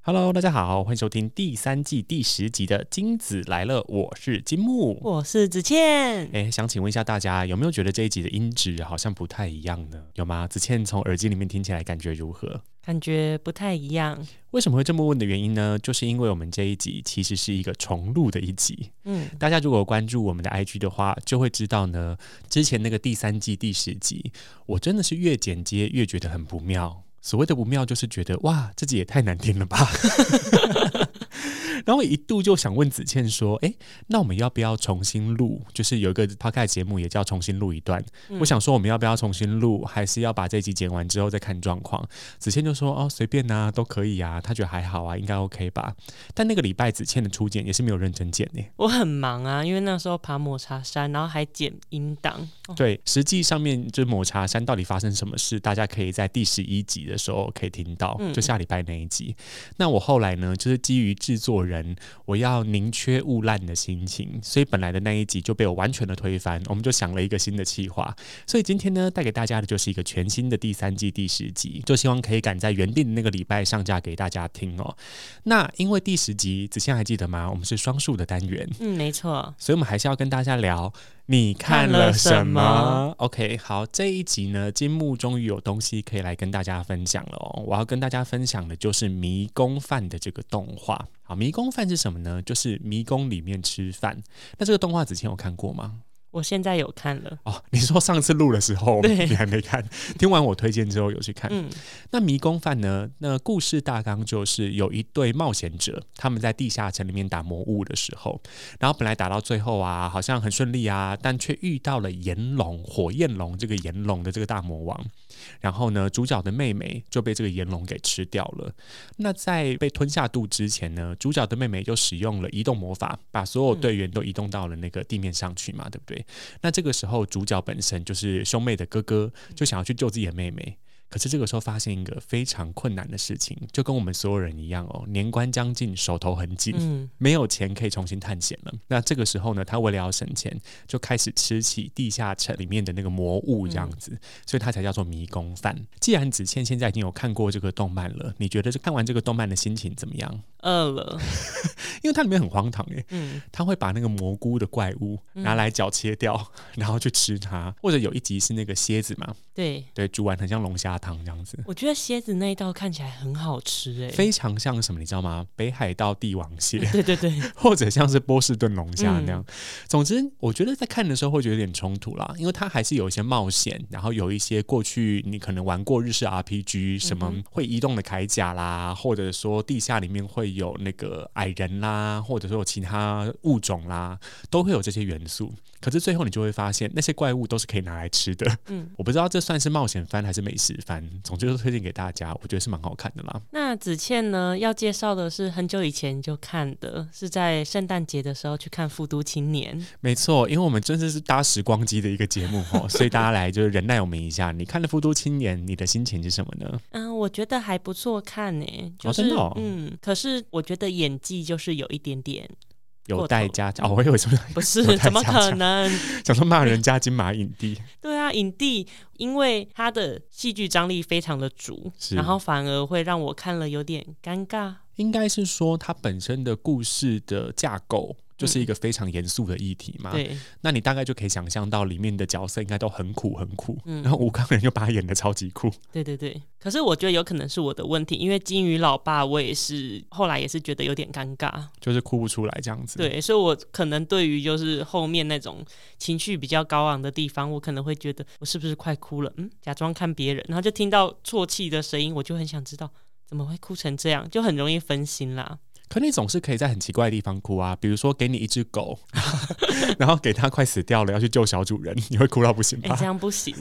Hello， 大家好，欢迎收听第3季第10集的金子来了，我是金木， 我是子倩。 想请问一下大家，有没有觉得这一集的音质好像不太一样呢？有吗？子倩从耳机里面听起来感觉如何？ 感觉不太一样。 为什么会这么问的原因呢？就是因为我们这一集其实是一个重录的一集。大家如果关注我们的 IG 的话，就会知道呢，之前那个第3季第10集，我真的是越剪接越觉得很不妙。所谓的不妙就是觉得哇，这集也太难听了吧然后一度就想问子倩说那我们要不要重新录，就是有一个 podcast 节目也叫重新录一段，我想说我们要不要重新录，还是要把这集剪完之后再看状况。子倩就说随便啊，都可以啊，她觉得还好啊，应该 OK 吧。但那个礼拜子倩的初剪也是没有认真剪我很忙啊，因为那时候爬抹茶山，然后还剪音档。 对，实际上面就是抹茶山到底发生什么事，大家可以在第11集的时候可以听到，就下礼拜那一集。那我后来呢，就是基于制作人我要宁缺毋滥的心情，所以本来的那一集就被我完全的推翻，我们就想了一个新的企划。所以今天呢，带给大家的就是一个全新的第3季第10集，就希望可以赶在原定的那个礼拜上架给大家听哦。那因为第10集子倩还记得吗？我们是双数的单元， 没错， 所以我们还是要跟大家聊你看了什么 OK， 好，这一集呢，金木终于有东西可以来跟大家分享了哦。我要跟大家分享的就是迷宫饭的这个动画。好，迷宫饭是什么呢？就是迷宫里面吃饭。那这个动画之前有看过吗？ 我现在有看了你说上次录的时候你还没看，听完我推荐之后有去看。那迷宫饭呢，那故事大纲就是有一对冒险者，他们在地下城里面打魔物的时候，然后本来打到最后啊好像很顺利啊，但却遇到了炎龙火焰龙，这个炎龙的这个大魔王，然后呢主角的妹妹就被这个炎龙给吃掉了。那在被吞下肚之前呢，主角的妹妹就使用了移动魔法，把所有队员都移动到了那个地面上去嘛，对不对？那这个时候主角本身就是兄妹的哥哥，就想要去救自己的妹妹，可是这个时候发现一个非常困难的事情，就跟我们所有人一样年关将近，手头很紧，没有钱可以重新探险了。那这个时候呢，他为了要省钱，就开始吃起地下城里面的那个魔物这样子，所以他才叫做迷宫饭。既然子倩现在已经有看过这个动漫了，你觉得看完这个动漫的心情怎么样？ 饿了因为它里面很荒唐他会把那个蘑菇的怪物拿来脚切掉，然后去吃它。或者有一集是那个蝎子嘛，对，煮完很像龙虾汤这样子。 我觉得蝎子那一道看起来很好吃非常像什么你知道吗？北海道帝王蟹对或者像是波士顿龙虾那样。总之我觉得在看的时候会觉得有点冲突啦，因为它还是有一些冒险，然后有一些过去你可能玩过日式 RPG， 什么会移动的铠甲啦，或者说地下里面会有那个矮人啦，或者说有其他物种啦，都会有这些元素。可是最后你就会发现那些怪物都是可以拿来吃的。我不知道这算是冒险番还是美食番，总之就推荐给大家，我觉得是蛮好看的啦。 那子倩呢要介绍的是很久以前就看的，是在圣诞节的时候去看《复读青年》。 没错，因为我们真的是搭时光机的一个节目所以大家来就是忍耐我们一下。你看了《复读青年》，你的心情是什么呢？ 我觉得还不错看就是真的可是我觉得演技就是有一点点有待加强我以为说不是，怎么可能？ 想说骂人家金马影帝对啊，影帝，因为他的戏剧张力非常的足，然后反而会让我看了有点尴尬。 应该是说他本身的故事的架构就是一个非常严肃的议题嘛， 对， 那你大概就可以想象到里面的角色应该都很苦很苦，然后吴慷仁又把他演得超级酷。 对，可是我觉得有可能是我的问题，因为金鱼老爸我也是后来也是觉得有点尴尬， 就是哭不出来这样子。 对，所以我可能对于就是后面那种情绪比较高昂的地方，我可能会觉得我是不是快哭了，假装看别人，然后就听到啜泣的声音，我就很想知道怎么会哭成这样，就很容易分心啦。 可你总是可以在很奇怪的地方哭啊，比如说给你一只狗然后给它快死掉了要去救小主人，你会哭到不行吧？ 这样不行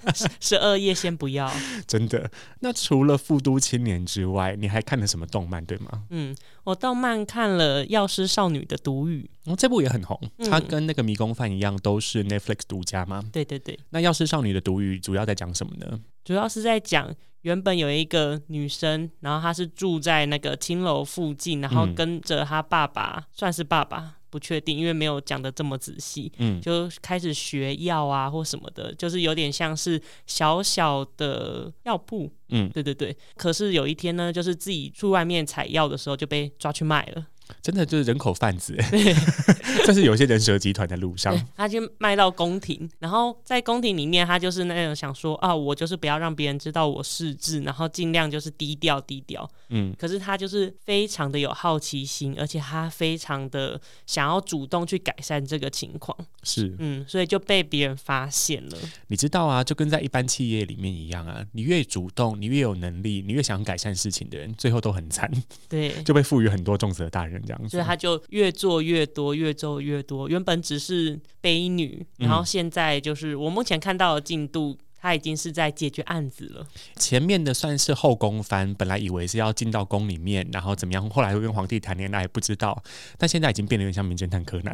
12页先不要。真的。那除了《复读青年》之外，你还看了什么动漫对吗？ 我动漫看了《药师少女的毒语》 这部也很红，它跟那个迷宫饭一样都是 Netflix 独家吗？ 对。 那《药师少女的毒语》主要在讲什么呢？ 主要是在讲原本有一个女生，然后她是住在那个青楼附近，然后跟着她爸爸，算是爸爸不确定，因为没有讲的这么仔细。就开始学药啊或什么的，就是有点像是小小的药铺。对对对。可是有一天呢，就是自己去外面采药的时候就被抓去卖了。 真的就是人口贩子，这是有一些人蛇集团在路上。 他就卖到宫廷，然后在宫廷里面，他就是那种想说啊，我就是不要让别人知道我识字，然后尽量就是低调。可是他就是非常的有好奇心，而且他非常的想要主动去改善这个情况， 是， 所以就被别人发现了。 你知道啊，就跟在一般企业里面一样啊，你越主动，你越有能力，你越想改善事情的人，最后都很惨， 对， 就被赋予很多重责大任这样子。 所以他就越做越多，越做越多。原本只是悲女，然后现在就是我目前看到的进度，他已经是在解决案子了。 前面的算是后宫番，本来以为是要进到宫里面，然后怎么样，后来会跟皇帝谈恋爱，不知道。但现在已经变得有点像名侦探柯南，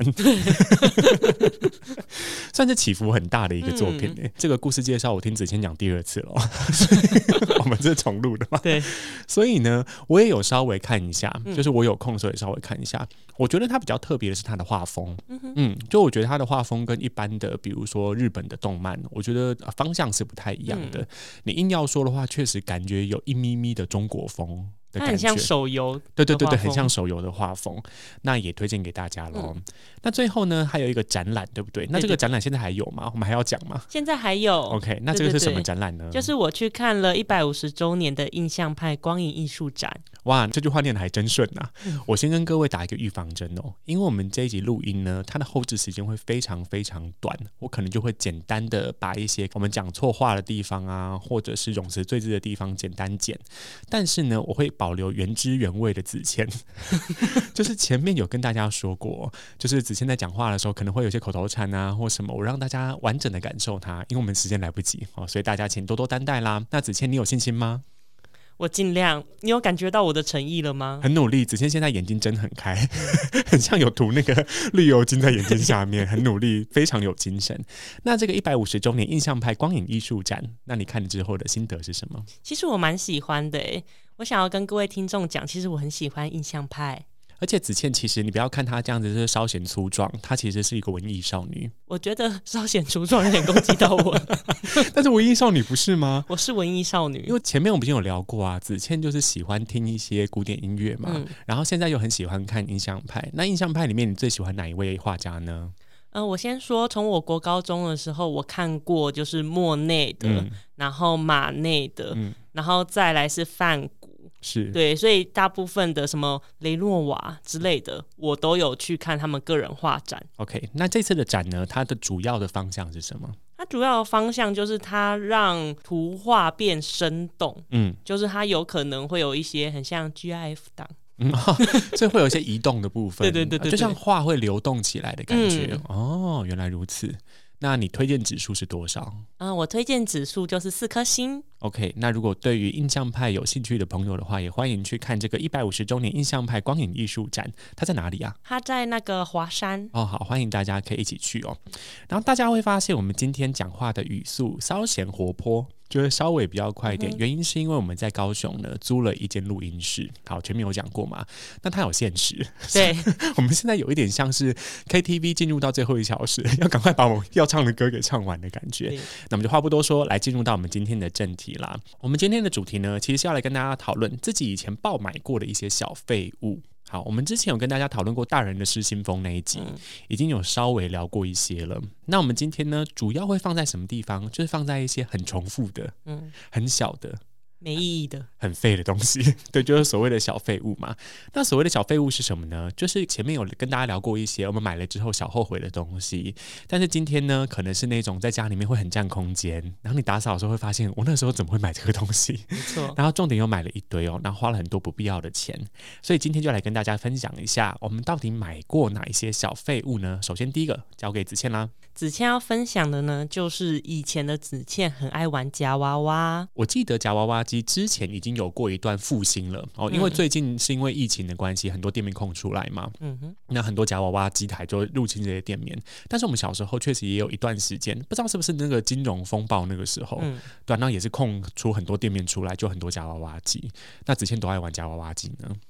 算是起伏很大的一个作品。这个故事介绍我听子谦讲第2次了，我们这是重录的嘛？ 对。 所以呢，我也有稍微看一下，就是我有空的时候也稍微看一下。我觉得它比较特别的是它的画风，就我觉得它的画风跟一般的，比如说日本的动漫，我觉得方向是不太一样的。你硬要说的话，确实感觉有一咪咪的中国风的感觉， 它很像手游， 对对对对，很像手游的画风。那也推荐给大家咯。那最后呢，还有一个展览，对不对？那这个展览现在还有吗？我们还要讲吗？ 现在还有。 OK， 那这个是什么展览呢？ 就是我去看了150周年的印象派光影艺术展。 哇，这句话念得还真顺啊！我先跟各位打一个预防针哦，因为我们这一集录音呢，它的后置时间会非常非常短，我可能就会简单的把一些我们讲错话的地方啊，或者是冗词赘字的地方简单剪，但是呢，我会保留原汁原味的子谦，就是前面有跟大家说过，就是子谦在讲话的时候可能会有些口头禅啊或什么，我让大家完整的感受它，因为我们时间来不及哦，所以大家请多多担待啦。那子谦，你有信心吗？ 我尽量。你有感觉到我的诚意了吗？ 很努力，子谦现在眼睛睁很开，很像有涂那个绿油精在眼睛下面，很努力，非常有精神。那这个150周年印象派光影艺术展，那你看了之后的心得是什么？ 其实我蛮喜欢的耶，我想要跟各位听众讲，其实我很喜欢印象派。 而且子倩其实你不要看她这样子是稍显粗壮，她其实是一个文艺少女。 我觉得稍显粗壮有点攻击到我但是文艺少女不是吗？ 我是文艺少女， 因为前面我们已经有聊过啊，子倩就是喜欢听一些古典音乐嘛，然后现在又很喜欢看印象派。那印象派里面你最喜欢哪一位画家呢？ 我先说，从我国高中的时候，我看过就是莫内的，然后马内的，然后再来是梵谷， 是对，所以大部分的什么雷诺瓦之类的，我都有去看他们个人画展。 OK， 那这次的展呢，它的主要的方向是什么？ 它主要的方向就是它让图画变生动，就是它有可能会有一些很像 GIF 档。 所以会有一些移动的部分， 对， 就像画会流动起来的感觉。哦，原来如此。那你推荐指数是多少？ 我推荐指数就是4颗星。 OK， 那如果对于印象派有兴趣的朋友的话，也欢迎去看这个150周年印象派光影艺术展。它在哪里啊？ 它在那个华山。 好，欢迎大家可以一起去哦。然后大家会发现，我们今天讲话的语速稍显活泼，就是稍微比较快一点，原因是因为我们在高雄呢租了一间录音室。好，前面有讲过嘛，那它有限时， 对， 我们现在有一点像是 KTV 进入到最后1小时，要赶快把我们要唱的歌给唱完的感觉。那我们就话不多说，来进入到我们今天的正题啦。我们今天的主题呢，其实是要来跟大家讨论自己以前爆买过的一些小废物。好，我们之前有跟大家讨论过大人的失心疯那一集，已经有稍微聊过一些了。那我们今天呢，主要会放在什么地方？就是放在一些很重复的、很小的、 没意义的、 很废的东西。对，就是所谓的小废物嘛。那所谓的小废物是什么呢？就是前面有跟大家聊过一些我们买了之后小后悔的东西，但是今天呢，可能是那种在家里面会很占空间，然后你打扫的时候会发现，我那时候怎么会买这个东西？ 没错。 然后重点又买了一堆哦，然后花了很多不必要的钱。所以今天就来跟大家分享一下，我们到底买过哪一些小废物呢？首先第一个交给子倩啦。 子倩要分享的呢，就是以前的子倩很爱玩夹娃娃。 我记得夹娃娃机之前已经有过一段复兴了哦，因为最近是因为疫情的关系，很多店面空出来嘛，那很多夹娃娃机台就入侵这些店面。但是我们小时候确实也有一段时间，不知道是不是那个金融风暴那个时候，对，那也是空出很多店面出来，就很多夹娃娃机。那子倩都爱玩夹娃娃机呢？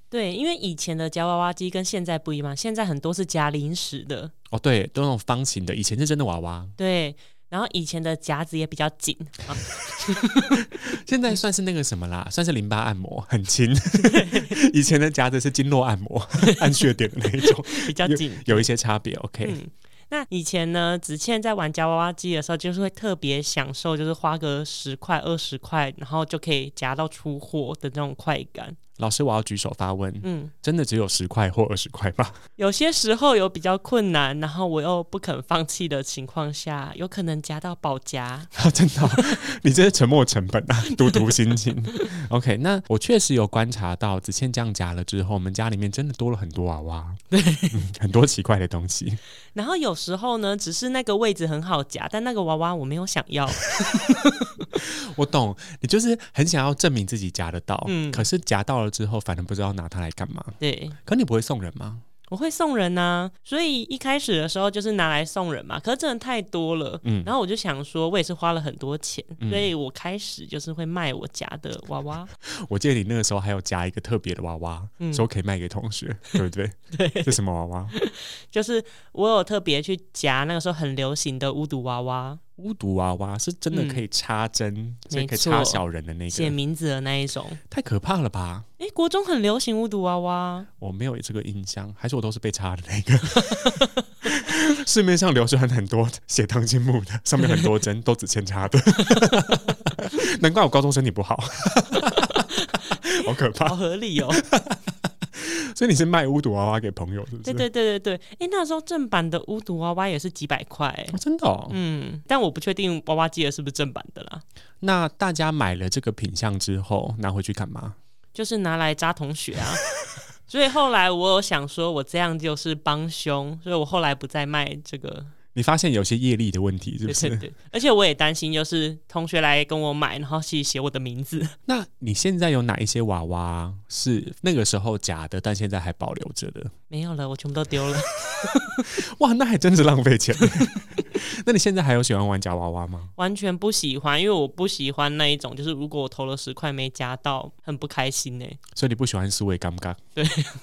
对，因为以前的夹娃娃机跟现在不一样，现在很多是夹零食的。 哦，对，都那种方形的，以前是真的娃娃。 对，然后以前的夹子也比较紧啊。 现在算是那个什么啦，算是淋巴按摩，很轻。以前的夹子是经络按摩，按穴点的那一种， 比较紧， 有一些差别。OK。 那以前呢，子倩在玩夹娃娃机的时候，就是会特别享受，就是花个10块、20块，然后就可以夹到出货的那种快感。 老师，我要举手发问，真的只有10块或20块吗？ 有些时候有比较困难，然后我又不肯放弃的情况下，有可能夹到保夹。 真的、你这是沉没成本啊，赌徒心情。OK， 那我确实有观察到，子倩这样夹了之后，我们家里面真的多了很多娃娃，对，很多奇怪的东西。 然后有时候呢，只是那个位置很好夹，但那个娃娃我没有想要。 我懂，你就是很想要证明自己夹得到，可是夹到了之后，反正不知道拿它来干嘛。 对， 可你不会送人吗？ 我会送人啊，所以一开始的时候就是拿来送人嘛，可是真的太多了，然后我就想说，我也是花了很多钱，所以我开始就是会卖我夹的娃娃。 我记得你那个时候还有夹一个特别的娃娃，说可以卖给同学，对不对？ 对， 这什么娃娃？ 就是我有特别去夹那个时候很流行的巫毒娃娃。 巫毒娃娃是真的可以插针，所以可以插小人的那个， 写名字的那一种， 太可怕了吧？ 国中很流行巫毒娃娃， 我没有这个印象，还是我都是被插的那个。市面上流传很多血糖金木的，上面很多针，都只扦插的。难怪我高中身体不好，好可怕， 好合理哦。 所以你是卖巫毒娃娃给朋友是不是？ 对，那时候正版的巫毒娃娃也是几百块真的哦。 但我不确定娃娃机的是不是正版的啦。 那大家买了这个品项之后拿回去干嘛？ 就是拿来扎同学啊。所以后来我有想说我这样就是帮凶，所以我后来不再卖这个。 你发现有些业力的问题是不是？ 对，而且我也担心就是同学来跟我买，然后写我的名字。 那你现在有哪一些娃娃是那个时候夹的，但现在还保留着的？ 没有了，我全部都丢了。 哇，那还真是浪费钱。那你现在还有喜欢玩夹娃娃吗？ 完全不喜欢，因为我不喜欢那一种，就是如果我投了10块没夹到，很不开心所以你不喜欢思维尴尬？ 对。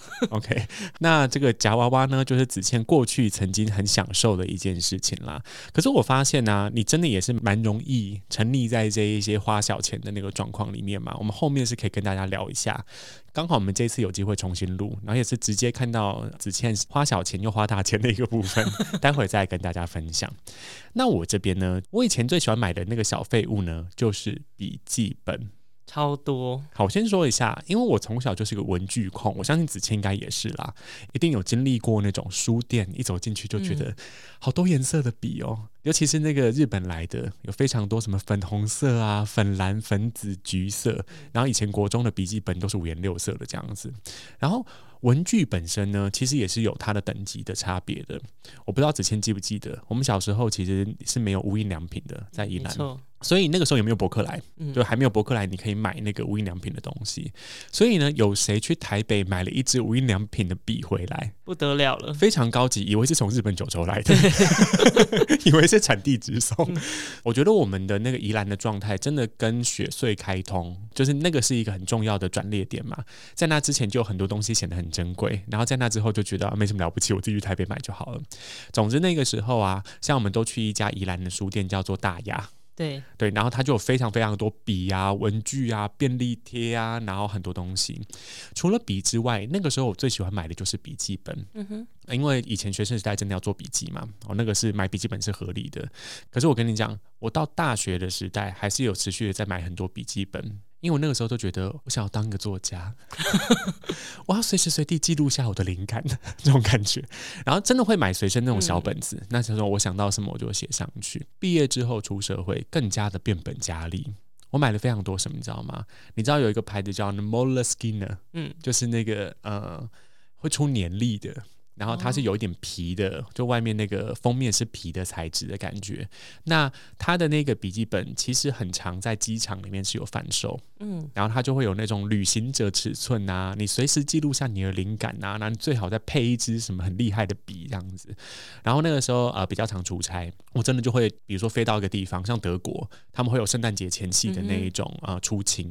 OK， 那这个夹娃娃呢，就是子倩过去曾经很享受的一件事情啦。可是我发现啊，你真的也是蛮容易沉溺在这一些花小钱的那个状况里面嘛。我们后面是可以跟大家聊一下。刚好我们这次有机会重新录，然后也是直接看到子倩花小钱又花大钱的一个部分，待会再跟大家分享。那我这边呢，我以前最喜欢买的那个小废物呢，就是笔记本。 超多。 好，我先说一下，因为我从小就是个文具控，我相信子倩应该也是啦，一定有经历过那种书店一走进去就觉得好多颜色的笔哦，尤其是那个日本来的，有非常多什么粉红色啊、粉蓝、粉紫、橘色，然后以前国中的笔记本都是5颜6色的这样子，然后文具本身呢，其实也是有它的等级的差别的。我不知道子倩记不记得，我们小时候其实是没有无印良品的，在宜兰。所以那个时候有没有博客来？就还没有博客来，你可以买那个无印良品的东西。所以呢，有谁去台北买了一支无印良品的笔回来？ 不得了了， 非常高级，以为是从日本九州来的，以为是产地直送。我觉得我们的那个宜兰的状态，真的跟雪隧开通，就是那个是一个很重要的转捩点嘛。在那之前就有很多东西显得很珍贵，然后在那之后就觉得没什么了不起，我自己去台北买就好了。总之那个时候啊，像我们都去一家宜兰的书店，叫做大雅。 对， 然后它就有非常非常多笔啊、文具啊、便利贴啊，然后很多东西。除了笔之外，那个时候我最喜欢买的就是笔记本。因为以前学生时代真的要做笔记嘛，那个是买笔记本是合理的。可是我跟你讲，我到大学的时代还是有持续的在买很多笔记本。因为我那个时候都觉得我想要当一个作家，我要随时随地记录下我的灵感这种感觉，然后真的会买随身那种小本子，那时候我想到什么我就写上去。毕业之后出社会更加的变本加厉，我买了非常多什么你知道吗？你知道有一个牌子叫 Moleskine，就是那个会出年历的，然后它是有一点皮的，就外面那个封面是皮的材质的感觉。那它的那个笔记本其实很常在机场里面是有贩售，然后它就会有那种旅行者尺寸啊，你随时记录下你的灵感啊，然后你最好再配一支什么很厉害的笔这样子。然后那个时候比较常出差，我真的就会比如说飞到一个地方，像德国，他们会有圣诞节前夕的那一种出勤。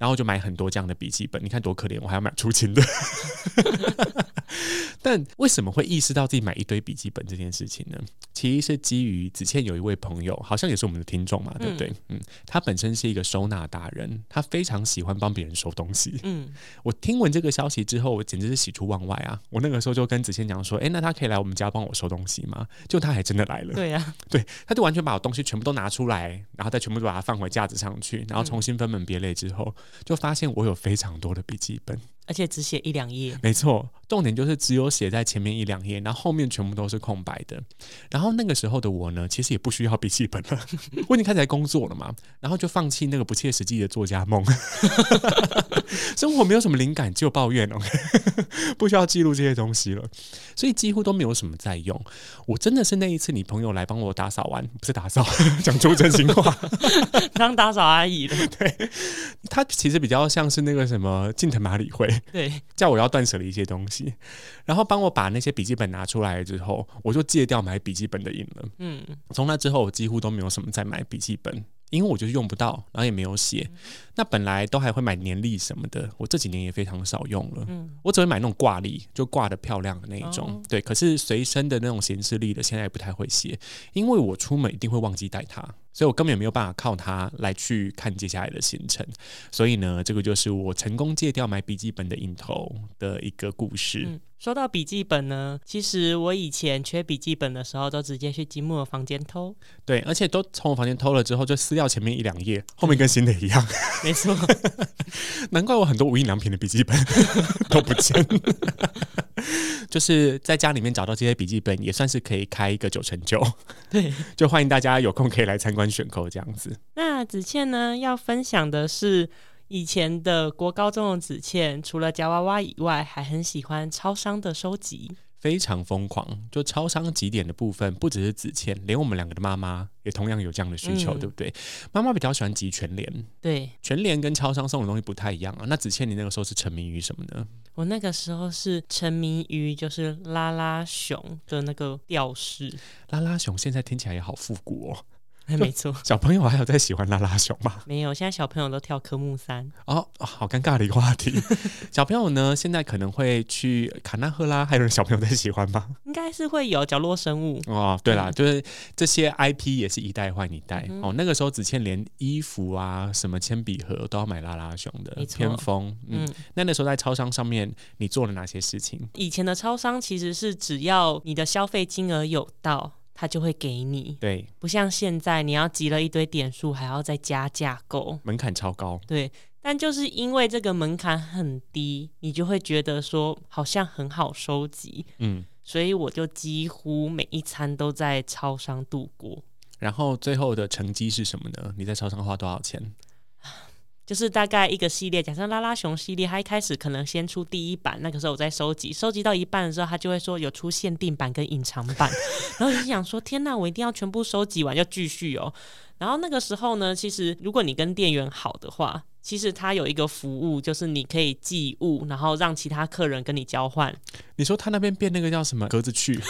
然后就买很多这样的笔记本，你看多可怜，我还要买出清的但为什么会意识到自己买一堆笔记本这件事情呢？其实是基于子倩有一位朋友，好像也是我们的听众嘛，对不对？他本身是一个收纳达人，他非常喜欢帮别人收东西。我听闻这个消息之后，我简直是喜出望外啊！我那个时候就跟子倩讲说，那他可以来我们家帮我收东西吗？就他还真的来了。 对啊， 对，他就完全把我东西全部都拿出来，然后再全部都把它放回架子上去，然后重新分门别类之后，就发现我有非常多的笔记本。 而且只写1-2页， 没错，重点就是只有写在前面1-2页，然后后面全部都是空白的。然后那个时候的我呢，其实也不需要笔记本了，我已经开始在工作了嘛，然后就放弃那个不切实际的作家梦。生活没有什么灵感，只有抱怨不需要记录这些东西了，所以几乎都没有什么在用。我真的是那一次你朋友来帮我打扫完，不是打扫，讲出真心话， 当打扫阿姨了。 对，他其实比较像是那个什么近藤麻里惠， 对， 叫我要断舍离一些东西，然后帮我把那些笔记本拿出来之后，我就戒掉买笔记本的瘾了。从那之后我几乎都没有什么再买笔记本，因为我就是用不到，然后也没有写。那本来都还会买年历什么的，我这几年也非常少用了。我只会买那种挂历，就挂得漂亮的那一种。对，可是随身的那种显示历的，现在也不太会写，因为我出门一定会忘记带它，所以我根本也没有办法靠它来去看接下来的行程。所以呢，这个就是我成功戒掉买笔记本的瘾头的一个故事。 说到笔记本呢，其实我以前缺笔记本的时候，都直接去积木的房间偷。 对，而且都从我房间偷了之后，就撕掉前面1-2页，后面跟新的一样。 没错， 难怪我很多无印良品的笔记本都不见。就是在家里面找到这些笔记本，也算是可以开一个9成9。 对， 就欢迎大家有空可以来参观选购这样子。 那子倩呢，要分享的是以前的国高中的子倩，除了夹娃娃以外，还很喜欢超商的收集。 非常疯狂，就超商集点的部分，不只是子倩，连我们2个的妈妈也同样有这样的需求，对不对？妈妈比较喜欢集全联， 对， 全联跟超商送的东西不太一样啊。那子倩，你那个时候是沉迷于什么呢？ 我那个时候是沉迷于就是拉拉熊的那个吊饰。 拉拉熊现在听起来也好复古哦。 没错， 小朋友还有在喜欢拉拉熊吗？ 没有，现在小朋友都跳科目3。 好尴尬的一个话题。小朋友呢，现在可能会去卡纳赫拉，还有人小朋友在喜欢吗？ 应该是会有角落生物哦。对啦，就是这些 IP 也是一代换一代。那个时候子倩连衣服啊、什么铅笔盒都要买拉拉熊的，偏锋。那时候在超商上面，你做了哪些事情？ 以前的超商其实是只要你的消费金额有到，他就会给你。 对， 不像现在你要集了一堆点数，还要再加价购， 门槛超高。 对，但就是因为这个门槛很低，你就会觉得说好像很好收集。所以我就几乎每一餐都在超商度过。 然后最后的成绩是什么呢？你在超商花多少钱？ 就是大概一个系列，假设拉拉熊系列，它一开始可能先出第1版，那个时候我在收集到一半的时候，它就会说有出限定版跟隐藏版，然后我就想说天哪，我一定要全部收集完，要继续哦。然后那个时候呢，其实如果你跟店员好的话，其实它有一个服务，就是你可以寄物，然后让其他客人跟你交换。 你说他那边变那个叫什么格子去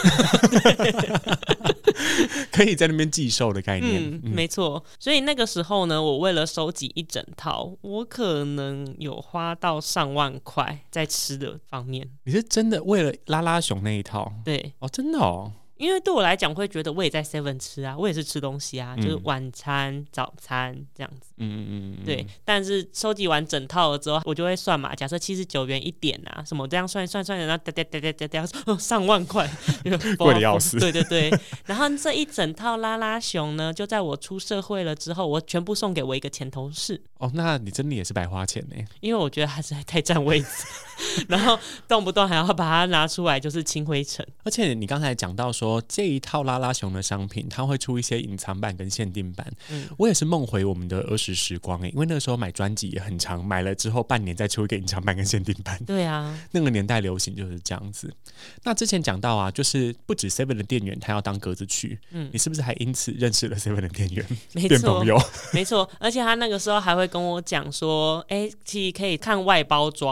可以在那边寄售的概念。 没错。所以那个时候呢，我为了收集一整套，我可能有花到上万块在吃的方面。 你是真的为了拉拉熊那一套？ 对， 真的哦。 因为对我来讲，我会觉得我也在 Seven 吃啊，我也是吃东西啊，就是晚餐、早餐这样子。对。但是收集完整套了之后，我就会算嘛，假设79元一点啊，什么这样算，然后上万块， 贵的要死。 对对对。然后这一整套拉拉熊呢，就在我出社会了之后，我全部送给我一个前同事。 那你真的也是白花钱呢？ 因为我觉得他实在太占位置，然后动不动还要把它拿出来就是清灰尘。 而且你刚才讲到说这一套拉拉熊的商品，它会出一些隐藏版跟限定版。我也是梦回我们的儿时时光因为那个时候买专辑也很常，买了之后半年再出一个隐藏版跟限定版。 对啊， 那个年代流行就是这样子。那之前讲到啊，就是不止 Seven 的店员他要当格子去，你是不是还因此认识了 Seven 的店员，变朋友？没错，而且他那个时候还会跟我讲说，其实可以看外包装。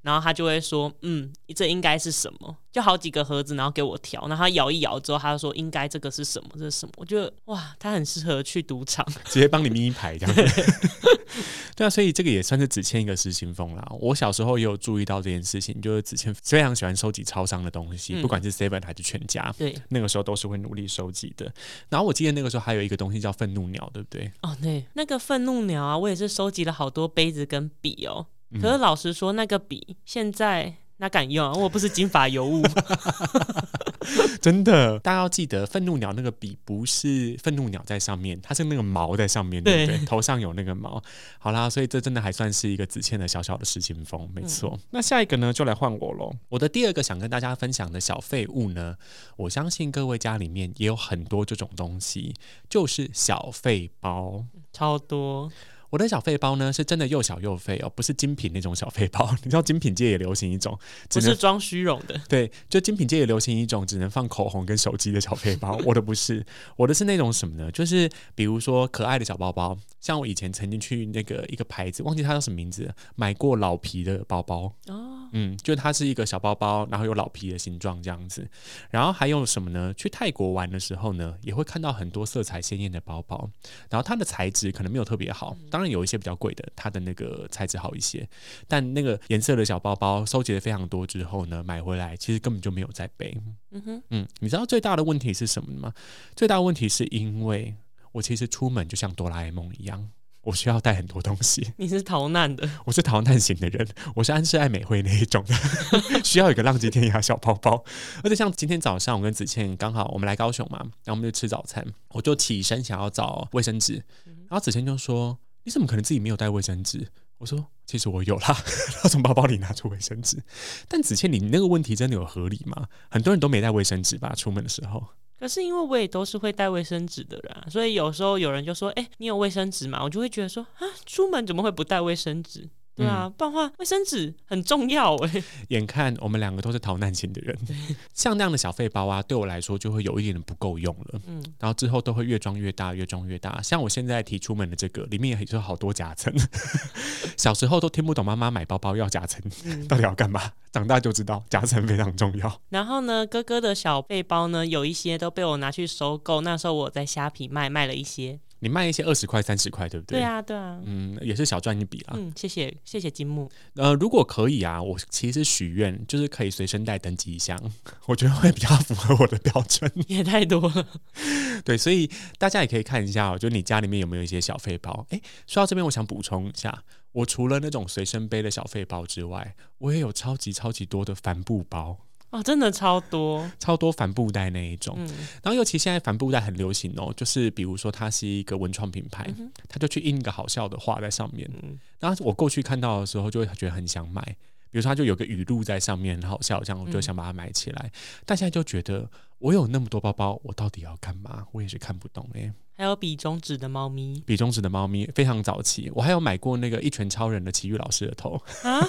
然后他就会说这应该是什么，就好几个盒子然后给我挑，然后他摇一摇之后他就说应该这个是什么，这是什么，我觉得哇他很适合去赌场直接帮你咪牌这样子对啊，所以这个也算是子谦一个失心疯啦。我小时候也有注意到这件事情，就是子谦非常喜欢收集超商的东西，不管是 Seven 还是全家，对，那个时候都是会努力收集的。然后我记得那个时候还有一个东西叫愤怒鸟，对不对？ 哦，对，那个愤怒鸟啊，我也是收集了好多杯子跟笔哦。可是老实说，那个笔现在哪敢用啊？我不是金发尤物。 真的，大家要记得，愤怒鸟那个笔不是愤怒鸟在上面，它是那个毛在上面，对不对？头上有那个毛。好啦，所以这真的还算是一个子谦的小小的失心疯，没错。那下一个呢，就来换我咯。我的第二个想跟大家分享的小废物呢，我相信各位家里面也有很多这种东西，就是小废包， 超多。 我的小废包呢，是真的又小又废哦，不是精品那种小废包。你知道精品界也流行一种， 不是装虚荣的。 对，就精品界也流行一种只能放口红跟手机的小废包。我的不是，我的是那种什么呢？就是比如说可爱的小包包，像我以前曾经去那个一个牌子，忘记它叫什么名字了，买过老皮的包包。哦，就它是一个小包包，然后有老皮的形状这样子。然后还有什么呢？去泰国玩的时候呢，也会看到很多色彩鲜艳的包包，然后它的材质可能没有特别好。当然有一些比较贵的，它的那个材质好一些，但那个颜色的小包包收集了非常多之后呢，买回来其实根本就没有再背。你知道最大的问题是什么吗？最大的问题是因为我其实出门就像哆啦 A 梦一样，我需要带很多东西。 你是逃难的？ 我是逃难型的人，我是安室爱美惠那一种的，需要有一个浪迹天涯小包包。而且像今天早上我跟子倩刚好我们来高雄嘛，然后我们就吃早餐，我就起身想要找卫生纸，然后子倩就说：“你怎么可能自己没有带卫生纸？”我说：“其实我有啦。”然后从包包里拿出卫生纸。但子倩，你那个问题真的有合理吗？很多人都没带卫生纸吧，出门的时候。 可是因为我也都是会带卫生纸的人啊，所以有时候有人就说：“你有卫生纸吗？”我就会觉得说：“啊，出门怎么会不带卫生纸？”对啊，不然的话卫生纸很重要眼看我们两个都是逃难型的人，像那样的小废包啊，对我来说就会有一点不够用了。然后之后都会越装越大，越装越大。像我现在提出门的这个，里面也有好多夹层。小时候都听不懂妈妈买包包要夹层，到底要干嘛？长大就知道夹层非常重要。 然后呢，哥哥的小背包呢，有一些都被我拿去收购。那时候我在虾皮卖了一些。 你卖一些20块、30块，对不对？ 对啊，对啊。 也是小赚一笔啦。 谢谢金木。 如果可以啊，我其实许愿就是可以随身带登机箱，我觉得会比较符合我的标准。 也太多了。 对，所以大家也可以看一下就你家里面有没有一些小废包。说到这边，我想补充一下，我除了那种随身背的小废包之外，我也有超级多的帆布包。 真的超多帆布袋那一种。然后尤其现在帆布袋很流行就是比如说它是一个文创品牌，它就去印一个好笑的话在上面。然后我过去看到的时候就会觉得很想买，比如说它就有个语录在上面很好笑，这样我就想把它买起来。但现在就觉得我有那么多包包，我到底要干嘛？我也是看不懂还有比中指的猫咪， 比中指的猫咪非常早期，我还有买过那个一拳超人的奇遇老师的头啊。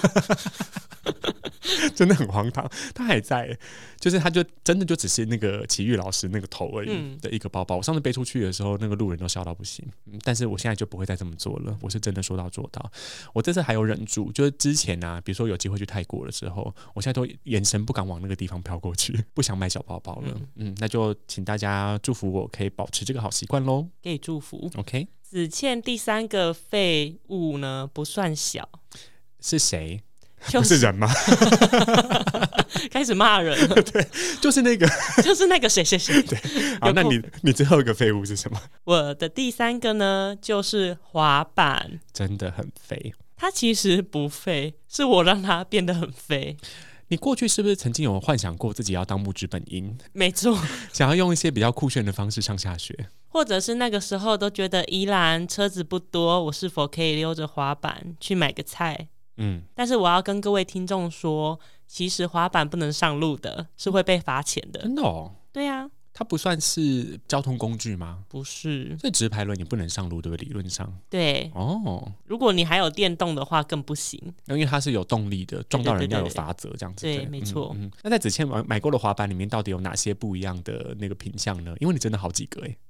真的很荒唐，他还在，就是他就真的就只是那个奇遇老师那个头而已的一个包包。我上次背出去的时候，那个路人都笑到不行。但是我现在就不会再这么做了，我是真的说到做到。我这次还有忍住，就是之前啊，比如说有机会去泰国的时候，我现在都眼神不敢往那个地方飘过去，不想买小包包了。那就请大家祝福我可以保持这个好习惯咯。 给祝福。 OK。 子倩第3个废物呢不算小， 是谁？ 不是人吗？ 开始骂人了。 对，就是那个谁。 对，好，那你最后一个废物是什么？ 我的第3个呢，就是滑板， 真的很废。 它其实不废，是我让它变得很废。 你过去是不是曾经有幻想过自己要当木质本音？ 没错， 想要用一些比较酷炫的方式上下学， 或者是那个时候都觉得宜兰车子不多，我是否可以溜着滑板去买个菜？但是我要跟各位听众说，其实滑板不能上路的，是会被罚钱的。 真的哦？ 对啊。 它不算是交通工具吗？ 不是， 所以直排轮你不能上路，对不对？理论上。 对。如果你还有电动的话更不行， 因为它是有动力的，撞到人要有罚则这样子。 对，没错。 那在子倩买过的滑板里面到底有哪些不一样的那个品项呢？因为你真的好几个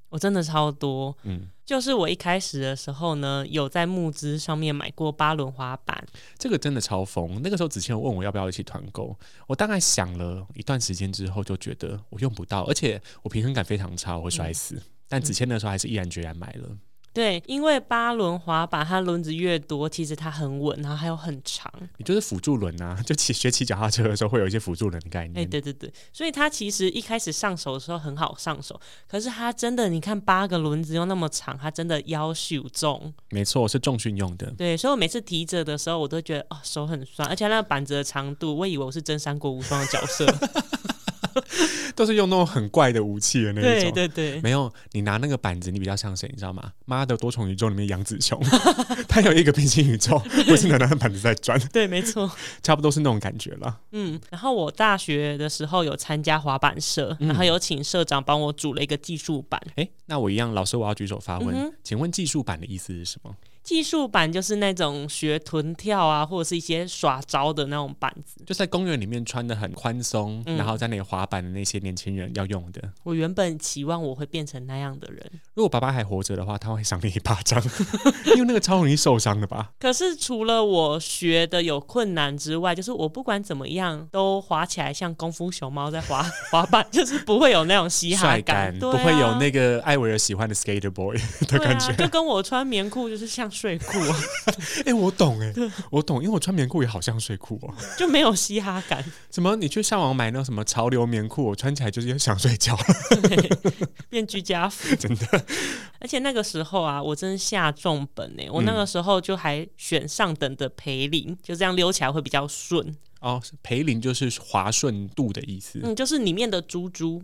我真的超多，就是我一开始的时候呢，有在募资上面买过8轮滑板， 这个真的超疯。那个时候子谦问我要不要一起团购，我大概想了一段时间之后，就觉得我用不到，而且我平衡感非常差，我会摔死。但子谦那时候还是毅然决然买了。 对，因为8轮滑板它轮子越多，其实它很稳，然后还有很长。 你就是辅助轮啊，就学骑脚踏车的时候会有一些辅助轮的概念。 对，所以它其实一开始上手的时候很好上手，可是它真的，你看8个轮子又那么长，它真的腰受重。 没错，是重训用的。 对，所以我每次提着的时候，我都觉得手很酸，而且那个板子的长度，我以为我是真三国无双的角色。 都是用那种很怪的武器的那一种。 对， 没有，你拿那个板子，你比较像谁，你知道吗？妈的多重宇宙里面杨紫琼，她有一个平行宇宙，不是拿那个板子在转。 对，没错， 差不多是那种感觉了。 然后我大学的时候有参加滑板社，然后有请社长帮我组了一个技术板。 那我一样，老师我要举手发问，请问技术板的意思是什么？ 技术板就是那种学臀跳啊，或者是一些耍招的那种板子， 就在公园里面穿得很宽松，然后在那里滑板的那些年轻人要用的。 我原本期望我会变成那样的人， 如果爸爸还活着的话，他会赏你一巴掌，因为那个超容易受伤的吧。 可是除了我学的有困难之外，就是我不管怎么样都滑起来像功夫熊猫在滑板，就是不会有那种嘻哈感， 不会有那个艾薇儿喜欢的 skater boy 的感觉， 就跟我穿棉裤就是像睡裤啊。 我懂我懂，因为我穿棉裤也好像睡裤哦， 就没有嘻哈感。 什么？你去上网买那种什么潮流棉裤，我穿起来就是想睡觉， 变居家服， 真的。 而且那个时候啊，我真下重本我那个时候就还选上等的培林，就这样溜起来会比较顺。 培林就是滑顺度的意思。 就是里面的珠珠。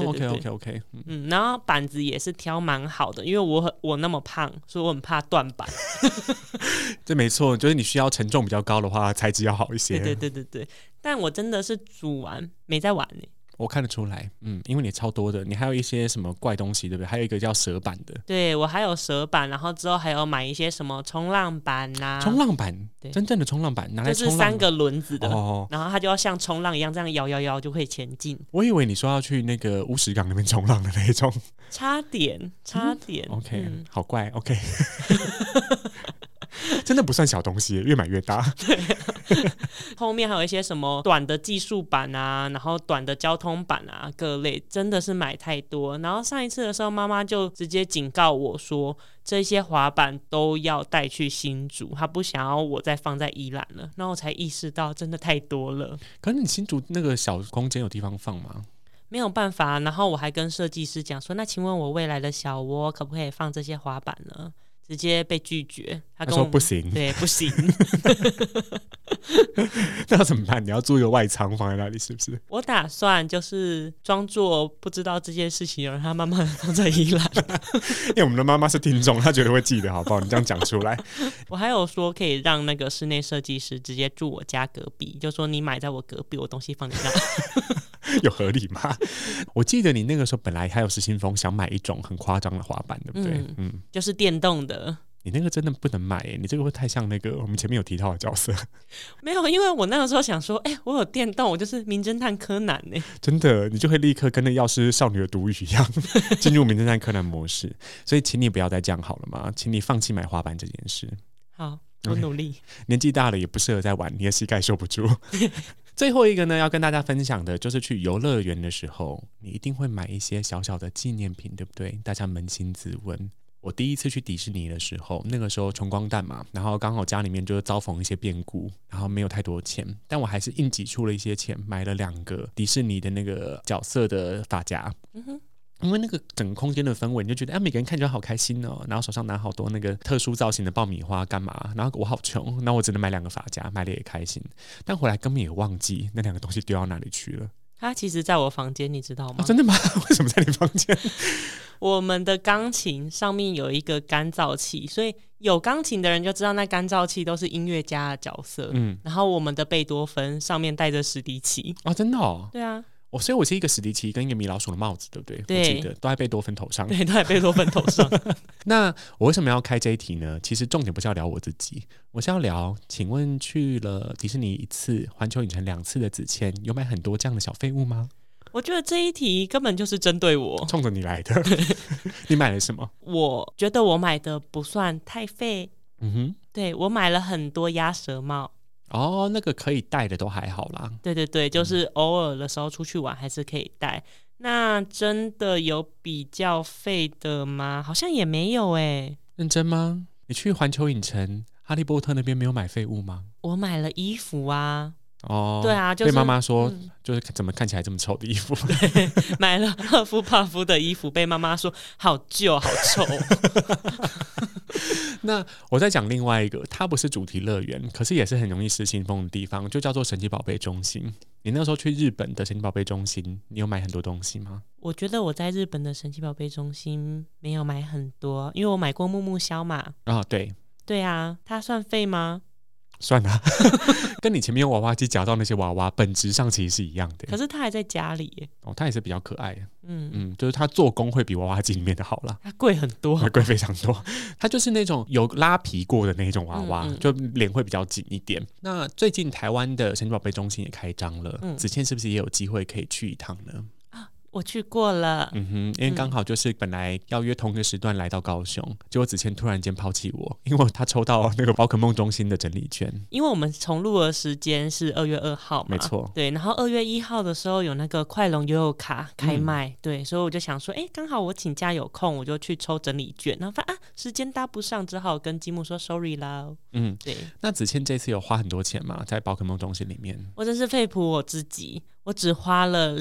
OK。 然后板子也是挑蛮好的，因为我那么胖，所以我很怕断板。 这没错，就是你需要承重比较高的话，材质要好一些。 对。但我真的是煮完没在玩我看得出来，因为你超多的，你还有一些什么怪东西，对不对？还有一个叫蛇板的， 对，我还有蛇板，然后之后还有买一些什么冲浪板啊， 冲浪板，真正的冲浪板拿来冲浪， 就是3个轮子的，然后它就要像冲浪一样这样摇就可以前进。 我以为你说要去那个乌石港那边冲浪的那一种， 差点 ，OK，好怪 ，OK。真的不算小东西，越买越大。 后面还有一些什么短的技术板啊，然后短的交通板啊，各类真的是买太多。然后上一次的时候，妈妈就直接警告我说，这些滑板都要带去新竹，她不想要我再放在宜兰了。然后我才意识到，真的太多了。 可是你新竹那个小空间有地方放吗？ 没有办法。然后我还跟设计师讲说，那请问我未来的小窝可不可以放这些滑板呢？直接被拒绝，他跟我说不行， 对，不行。 那要怎么办？你要租一个外仓放在那里，是不是？ 我打算就是装作不知道这件事情，让他慢慢放在宜兰。 因为我们的妈妈是听众，她绝对会记得，好不好？你这样讲出来。 我还有说可以让那个室内设计师直接住我家隔壁，就说你买在我隔壁，我东西放你那。 有合理吗？我记得你那个时候本来还有失心疯，想买一种很夸张的滑板，对不对？ 就是电动的。 你那个真的不能买你这个会太像那个我们前面有提到的角色。 没有，因为我那个时候想说，我有电动，我就是名侦探柯南真的，你就会立刻跟那药师少女的毒语一样进入名侦探柯南模式。所以请你不要再这样好了吗？请你放弃买滑板这件事。 好，我努力。 年纪大了也不适合再玩，你的膝盖受不住。最后一个呢，要跟大家分享的就是去游乐园的时候，你一定会买一些小小的纪念品，对不对？大家扪心自问。我第一次去迪士尼的时候，那个时候穷光蛋嘛，然后刚好家里面就遭逢一些变故，然后没有太多钱，但我还是硬挤出了一些钱，买了2个迪士尼的那个角色的发夹。因为那个整个空间的氛围，你就觉得每个人看起来好开心哦，然后手上拿好多那个特殊造型的爆米花干嘛，然后我好穷，然后我只能买2个发夹，买了也开心，但回来根本也忘记那2个东西丢到哪里去了。 它其实在我房间，你知道吗？ 真的吗？为什么在你房间？ 我们的钢琴上面有一个干燥器，所以有钢琴的人就知道那干燥器都是音乐家的角色。然后我们的贝多芬上面带着史迪奇。 真的哦？ 对啊。 所以我是一个史迪奇跟一个米老鼠的帽子，对不对？ 对， 我记得都在贝多芬头上。 对，都在贝多芬头上。 那我为什么要开这一题呢？其实重点不是要聊我自己，我是要聊，请问去了迪士尼1次、环球影城2次的子谦，有买很多这样的小废物吗？ 我觉得这一题根本就是针对我， 冲着你来的。你买了什么？ 我觉得我买的不算太废。对，我买了很多鸭舌帽。 哦，那个可以戴的都还好啦。 对对对，就是偶尔的时候出去玩还是可以戴。那真的有比较废的吗？好像也没有欸。 认真吗？你去环球影城哈利波特那边没有买废物吗？ 我买了衣服啊。 哦， 对啊，就是被妈妈说，就是怎么看起来这么丑的衣服。 对，买了赫夫帕夫的衣服，被妈妈说好旧好臭。 那我再讲另外一个，它不是主题乐园，可是也是很容易失心疯的地方，就叫做神奇宝贝中心。你那时候去日本的神奇宝贝中心，你有买很多东西吗？ 我觉得我在日本的神奇宝贝中心没有买很多，因为我买过木木枭嘛。 对。 对啊，它算废吗？ 算啊。跟你前面用娃娃机夹到那些娃娃本质上其实是一样的。 可是它还在家里耶。 它也是比较可爱的。就是它做工会比娃娃机里面的好啦。 它贵很多， 贵非常多。它就是那种有拉皮过的那种娃娃，就脸会比较紧一点。那最近台湾的神奇宝贝中心也开张了，子倩是不是也有机会可以去一趟呢？ 我去过了。 因为刚好就是本来要约同个时段来到高雄，结果子倩突然间抛弃我，因为他抽到那个宝可梦中心的整理券。因为我们重录的时间是2月2号嘛， 没错。 对，然后2月1号的时候有那个快龙悠悠卡开卖，对，所以我就想说，刚好我请假有空，我就去抽整理券，然后发现时间搭不上，只好跟积木说 sorry 啦。对。那子倩这次有花很多钱吗？在宝可梦中心里面？ 我真是佩服我自己。我只花了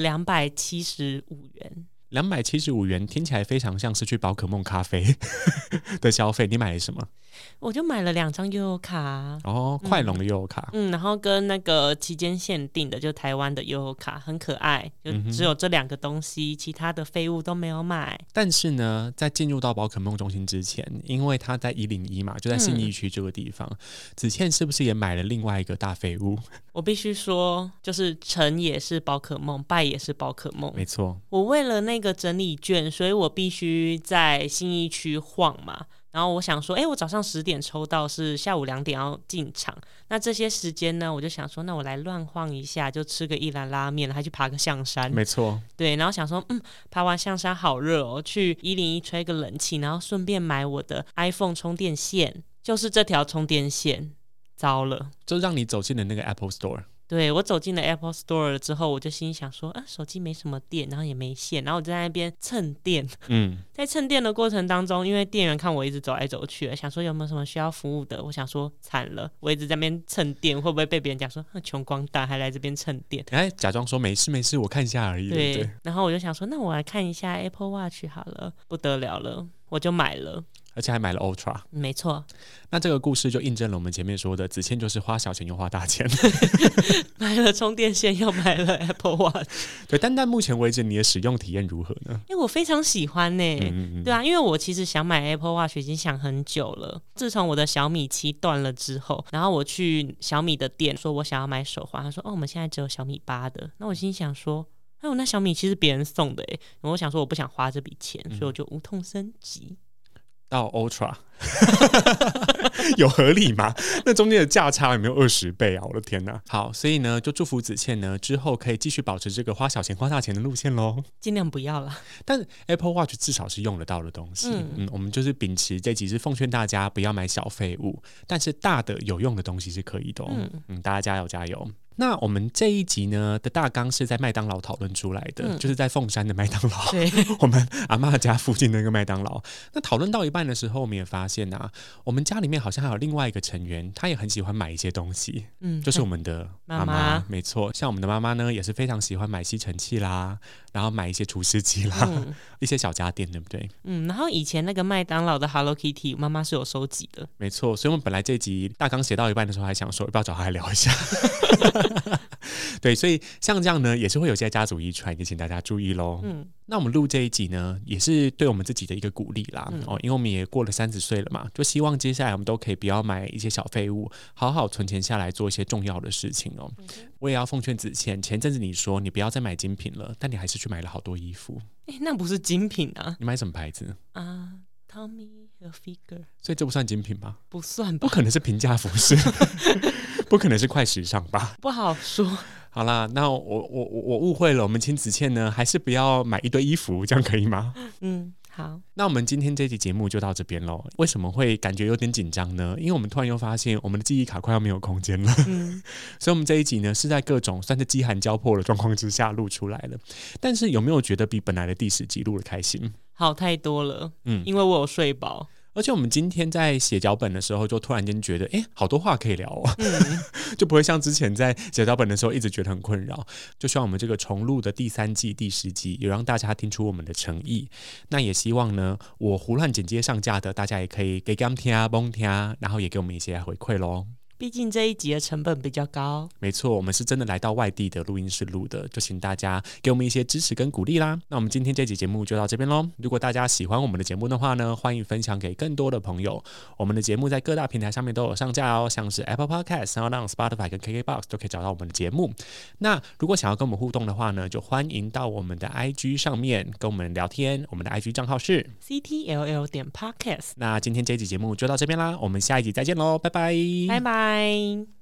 275元。 275元听起来非常像是去宝可梦咖啡的消费。你买了什么？ 我就买了2张悠悠卡。 快龙的悠悠卡。 然后跟那个期间限定的，就台湾的悠悠卡，很可爱，就只有这2个东西，其他的废物都没有买。 但是呢，在进入到宝可梦中心之前，因为它在101嘛，就在信义区这个地方，子倩是不是也买了另外一个大废物？ 我必须说，就是成也是宝可梦，败也是宝可梦。 没错。 我为了那个整理券，所以我必须在信义区晃嘛。然后我想说，我早上10点抽到，是下午2点要进场。那这些时间呢，我就想说，那我来乱晃一下，就吃个一兰拉面，还去爬个象山。 没错。对， 然后想说，爬完象山好热哦，去101吹个冷气，然后顺便买我的 iPhone 充电线，就是这条充电线。糟了， 就让你走进了那个 Apple Store。 对，我走进了 Apple Store 了之后，我就心想说，手机没什么电，然后也没线，然后我就在那边蹭电。在蹭电的过程当中，因为店员看我一直走来走去，想说有没有什么需要服务的，我想说惨了，我一直在那边蹭电，会不会被别人讲说穷光蛋还来这边蹭电？ 假装说没事没事，我看一下而已。对， 然后我就想说，那我来看一下 Apple Watch 好了，不得了了，我就买了。 而且还买了 Ultra。 没错。 那这个故事就印证了我们前面说的，子倩就是花小钱又花大钱。 买了充电线又买了 Apple Watch。 对，但目前为止你的使用体验如何呢？ 因为我非常喜欢对啊，因为我其实想买 Apple Watch 已经想很久了。自从我的小米7断了之后，然后我去小米的店说我想要买手环，他说我们现在只有小米8的。那我心想说那小米7是别人送的然后我想说我不想花这笔钱，所以我就无痛升级到 Ultra。 有合理吗？那中间的价差有没有20倍啊？我的天哪！好，所以呢，就祝福子倩呢之后可以继续保持这个花小钱花大钱的路线咯。 尽量不要啦。但 Apple Watch 至少是用得到的东西。我们就是秉持这几支奉劝大家不要买小废物，但是大的有用的东西是可以的大家加油加油。那我们这一集呢的大纲是在麦当劳讨论出来的，就是在凤山的麦当劳，我们阿嬷家附近的那个麦当劳。那讨论到一半的时候，我们也发现我们家里面好像还有另外一个成员，他也很喜欢买一些东西，就是我们的妈妈。没错，像我们的妈妈呢，也是非常喜欢买吸尘器啦，然后买一些除湿机啦，一些小家电，对不对？ 然后以前那个麦当劳的 Hello Kitty， 妈妈是有收集的。 没错，所以我们本来这集大纲写到一半的时候，还想说要不要找他来聊一下。对，所以像这样呢，也是会有些家族遗传，也请大家注意咯。那我们录这一集呢，也是对我们自己的一个鼓励啦。因为我们也过了30岁了嘛，就希望接下来我们都可以不要买一些小废物，好好存钱下来做一些重要的事情我也要奉劝子倩，前阵子你说你不要再买精品了，但你还是去买了好多衣服。 那不是精品啊。 你买什么牌子 ？Tommy Hilfiger。 所以这不算精品吗？ 不算吧。 不可能是平价服饰。不可能是快时尚吧？ 不好说。 好啦，那我误会了，我们亲子倩呢，还是不要买一堆衣服，这样可以吗？ 好， 那我们今天这期节目就到这边咯。为什么会感觉有点紧张呢？因为我们突然又发现我们的记忆卡快要没有空间了，所以我们这一集呢是在各种算是饥寒交迫的状况之下录出来的。但是有没有觉得比本来的第10集录的开心？ 好太多了，因为我有睡饱。 而且我们今天在写脚本的时候，就突然间觉得，好多话可以聊哦，就不会像之前在写脚本的时候一直觉得很困扰。就希望我们这个重录的第3季第10集，有让大家听出我们的诚意。那也希望呢，我胡乱剪接上架的，大家也可以给我们听啊、帮听啊，然后也给我们一些回馈咯。 毕竟这一集的成本比较高。 没错，我们是真的来到外地的录音室录的，就请大家给我们一些支持跟鼓励啦。那我们今天这集节目就到这边咯。如果大家喜欢我们的节目的话呢，欢迎分享给更多的朋友。我们的节目在各大平台上面都有上架哦，像是 Apple Podcast、SoundOn、Spotify 跟 KKBOX 都可以找到我们的节目。那如果想要跟我们互动的话呢，就欢迎到我们的 IG 上面跟我们聊天。我们的 IG 账号是 CTLL.Podcast。 那今天这集节目就到这边啦，我们下一集再见咯，拜拜， 拜拜。